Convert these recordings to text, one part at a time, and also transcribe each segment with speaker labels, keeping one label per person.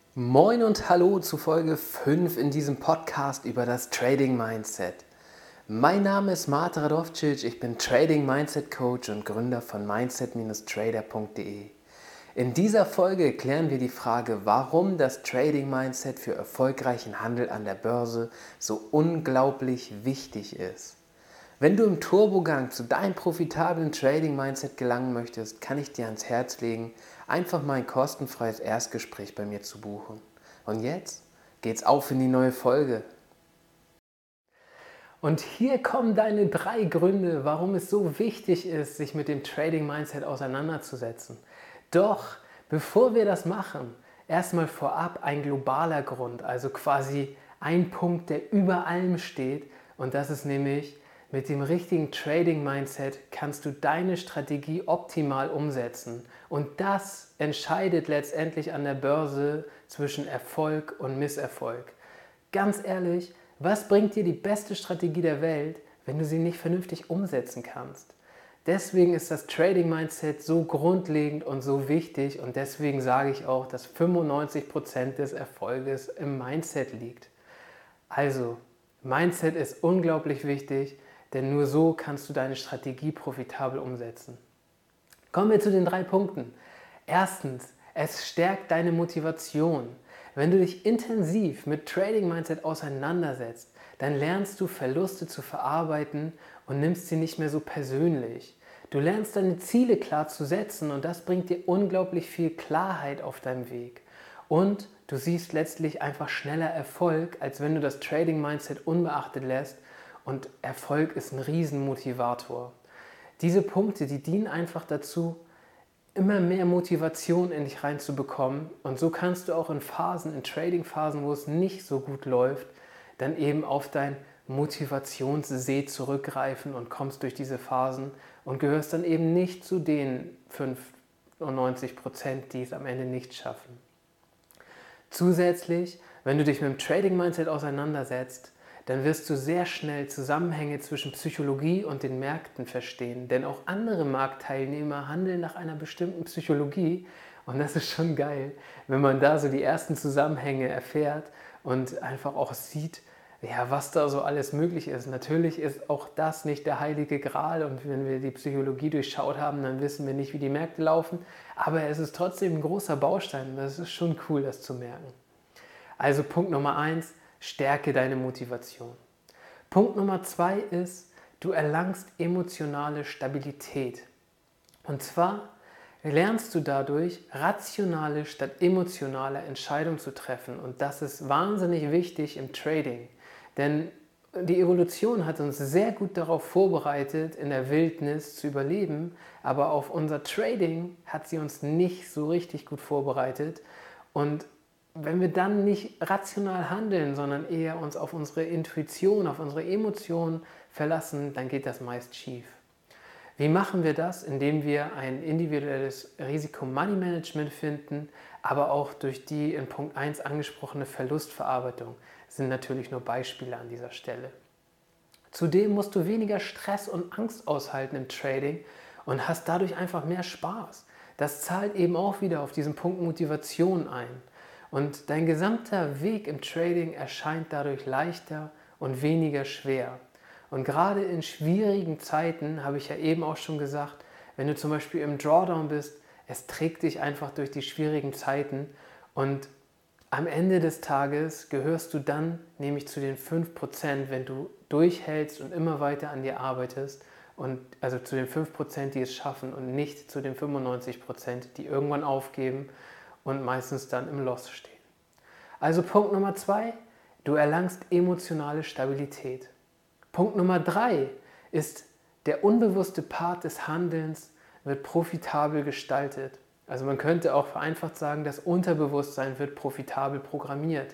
Speaker 1: Moin und hallo zu Folge 5 in diesem Podcast über das Trading Mindset. Mein Name ist Mate Radovcic, ich bin Trading Mindset Coach und Gründer von mindset-trader.de. In dieser Folge klären wir die Frage, warum das Trading Mindset für erfolgreichen Handel an der Börse so unglaublich wichtig ist. Wenn du im Turbogang zu deinem profitablen Trading-Mindset gelangen möchtest, kann ich dir ans Herz legen, einfach mal ein kostenfreies Erstgespräch bei mir zu buchen. Und jetzt geht's auf in die neue Folge. Und hier kommen deine 3 Gründe, warum es so wichtig ist, sich mit dem Trading-Mindset auseinanderzusetzen. Doch bevor wir das machen, erstmal vorab ein globaler Grund, also quasi ein Punkt, der über allem steht. Und das ist nämlich, mit dem richtigen Trading-Mindset kannst du deine Strategie optimal umsetzen. Und das entscheidet letztendlich an der Börse zwischen Erfolg und Misserfolg. Ganz ehrlich, was bringt dir die beste Strategie der Welt, wenn du sie nicht vernünftig umsetzen kannst? Deswegen ist das Trading-Mindset so grundlegend und so wichtig und deswegen sage ich auch, dass 95% des Erfolges im Mindset liegt. Also, Mindset ist unglaublich wichtig, denn nur so kannst du deine Strategie profitabel umsetzen. Kommen wir zu den 3 Punkten. Erstens, es stärkt deine Motivation. Wenn du dich intensiv mit Trading Mindset auseinandersetzt, dann lernst du Verluste zu verarbeiten und nimmst sie nicht mehr so persönlich. Du lernst deine Ziele klar zu setzen und das bringt dir unglaublich viel Klarheit auf deinem Weg. Und du siehst letztlich einfach schneller Erfolg, als wenn du das Trading Mindset unbeachtet lässt. Und Erfolg ist ein Riesenmotivator. Diese Punkte, die dienen einfach dazu, immer mehr Motivation in dich reinzubekommen. Und so kannst du auch in Phasen, in Trading-Phasen, wo es nicht so gut läuft, dann eben auf dein Motivationssee zurückgreifen und kommst durch diese Phasen und gehörst dann eben nicht zu den 95%, die es am Ende nicht schaffen. Zusätzlich, wenn du dich mit dem Trading-Mindset auseinandersetzt, dann wirst du sehr schnell Zusammenhänge zwischen Psychologie und den Märkten verstehen. Denn auch andere Marktteilnehmer handeln nach einer bestimmten Psychologie. Und das ist schon geil, wenn man da so die ersten Zusammenhänge erfährt und einfach auch sieht, ja, was da so alles möglich ist. Natürlich ist auch das nicht der heilige Gral und wenn wir die Psychologie durchschaut haben, dann wissen wir nicht, wie die Märkte laufen. Aber es ist trotzdem ein großer Baustein und das ist schon cool, das zu merken. Also Punkt Nummer 1, stärke deine Motivation. Punkt Nummer 2 ist, du erlangst emotionale Stabilität. Und zwar lernst du dadurch, rationale statt emotionale Entscheidungen zu treffen. Und das ist wahnsinnig wichtig im Trading. Denn die Evolution hat uns sehr gut darauf vorbereitet, in der Wildnis zu überleben, aber auf unser Trading hat sie uns nicht so richtig gut vorbereitet. Und wenn wir dann nicht rational handeln, sondern eher uns auf unsere Intuition, auf unsere Emotionen verlassen, dann geht das meist schief. Wie machen wir das? Indem wir ein individuelles Risiko-Money-Management finden, aber auch durch die in Punkt 1 angesprochene Verlustverarbeitung. Das sind natürlich nur Beispiele an dieser Stelle. Zudem musst du weniger Stress und Angst aushalten im Trading und hast dadurch einfach mehr Spaß. Das zahlt eben auch wieder auf diesen Punkt Motivation ein. Und dein gesamter Weg im Trading erscheint dadurch leichter und weniger schwer. Und gerade in schwierigen Zeiten, habe ich ja eben auch schon gesagt, wenn du zum Beispiel im Drawdown bist, es trägt dich einfach durch die schwierigen Zeiten und am Ende des Tages gehörst du dann nämlich zu den 5%, wenn du durchhältst und immer weiter an dir arbeitest, und also zu den 5%, die es schaffen und nicht zu den 95%, die irgendwann aufgeben und meistens dann im Loss stehen. Also Punkt Nummer 2, du erlangst emotionale Stabilität. Punkt Nummer 3 ist, der unbewusste Part des Handelns wird profitabel gestaltet. Also man könnte auch vereinfacht sagen, das Unterbewusstsein wird profitabel programmiert.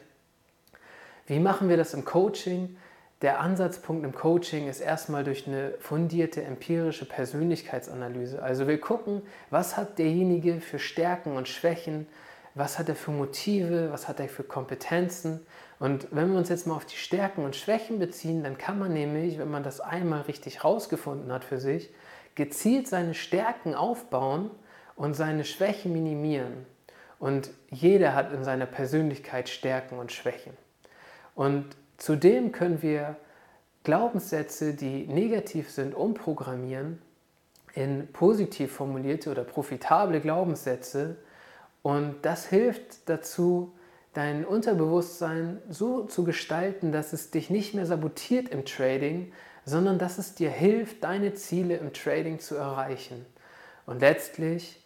Speaker 1: Wie machen wir das im Coaching? Der Ansatzpunkt im Coaching ist erstmal durch eine fundierte empirische Persönlichkeitsanalyse. Also wir gucken, was hat derjenige für Stärken und Schwächen, was hat er für Motive, was hat er für Kompetenzen. Und wenn wir uns jetzt mal auf die Stärken und Schwächen beziehen, dann kann man nämlich, wenn man das einmal richtig rausgefunden hat für sich, gezielt seine Stärken aufbauen und seine Schwächen minimieren. und jeder hat in seiner Persönlichkeit Stärken und Schwächen. Und zudem können wir Glaubenssätze, die negativ sind, umprogrammieren in positiv formulierte oder profitable Glaubenssätze. Und das hilft dazu, dein Unterbewusstsein so zu gestalten, dass es dich nicht mehr sabotiert im Trading, sondern dass es dir hilft, deine Ziele im Trading zu erreichen. Und letztlich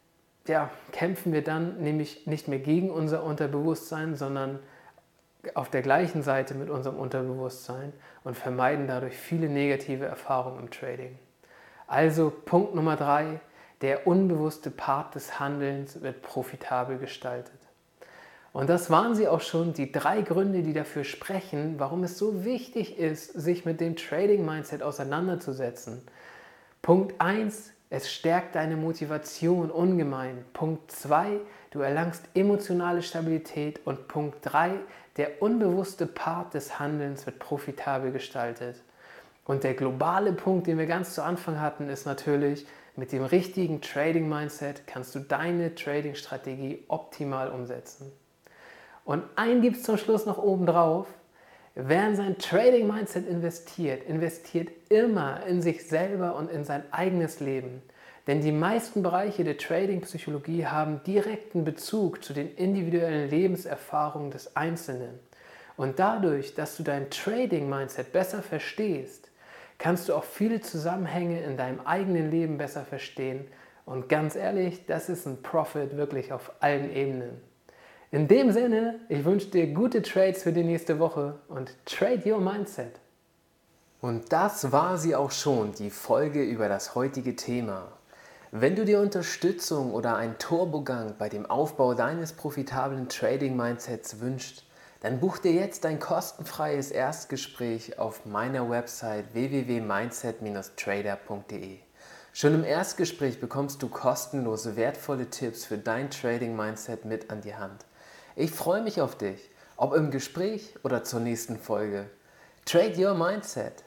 Speaker 1: kämpfen wir dann nämlich nicht mehr gegen unser Unterbewusstsein, sondern auf der gleichen Seite mit unserem Unterbewusstsein und vermeiden dadurch viele negative Erfahrungen im Trading. Also Punkt Nummer 3, der unbewusste Part des Handelns wird profitabel gestaltet. Und das waren sie auch schon, die 3 Gründe, die dafür sprechen, warum es so wichtig ist, sich mit dem Trading-Mindset auseinanderzusetzen. Punkt 1, es stärkt deine Motivation ungemein. Punkt 2, du erlangst emotionale Stabilität. Und Punkt 3, der unbewusste Part des Handelns wird profitabel gestaltet. Und der globale Punkt, den wir ganz zu Anfang hatten, ist natürlich, mit dem richtigen Trading-Mindset kannst du deine Trading-Strategie optimal umsetzen. Und einen gibt es zum Schluss noch oben drauf. Wer in sein Trading-Mindset investiert, investiert immer in sich selber und in sein eigenes Leben. Denn die meisten Bereiche der Trading-Psychologie haben direkten Bezug zu den individuellen Lebenserfahrungen des Einzelnen. Und dadurch, dass du dein Trading-Mindset besser verstehst, kannst du auch viele Zusammenhänge in deinem eigenen Leben besser verstehen. Und ganz ehrlich, das ist ein Profit wirklich auf allen Ebenen. In dem Sinne, ich wünsche dir gute Trades für die nächste Woche und trade your mindset.
Speaker 2: Und das war sie auch schon, die Folge über das heutige Thema. Wenn du dir Unterstützung oder einen Turbogang bei dem Aufbau deines profitablen Trading-Mindsets wünschst, dann buch dir jetzt ein kostenfreies Erstgespräch auf meiner Website www.mindset-trader.de. Schon im Erstgespräch bekommst du kostenlose, wertvolle Tipps für dein Trading-Mindset mit an die Hand. Ich freue mich auf dich, ob im Gespräch oder zur nächsten Folge. Trade your Mindset.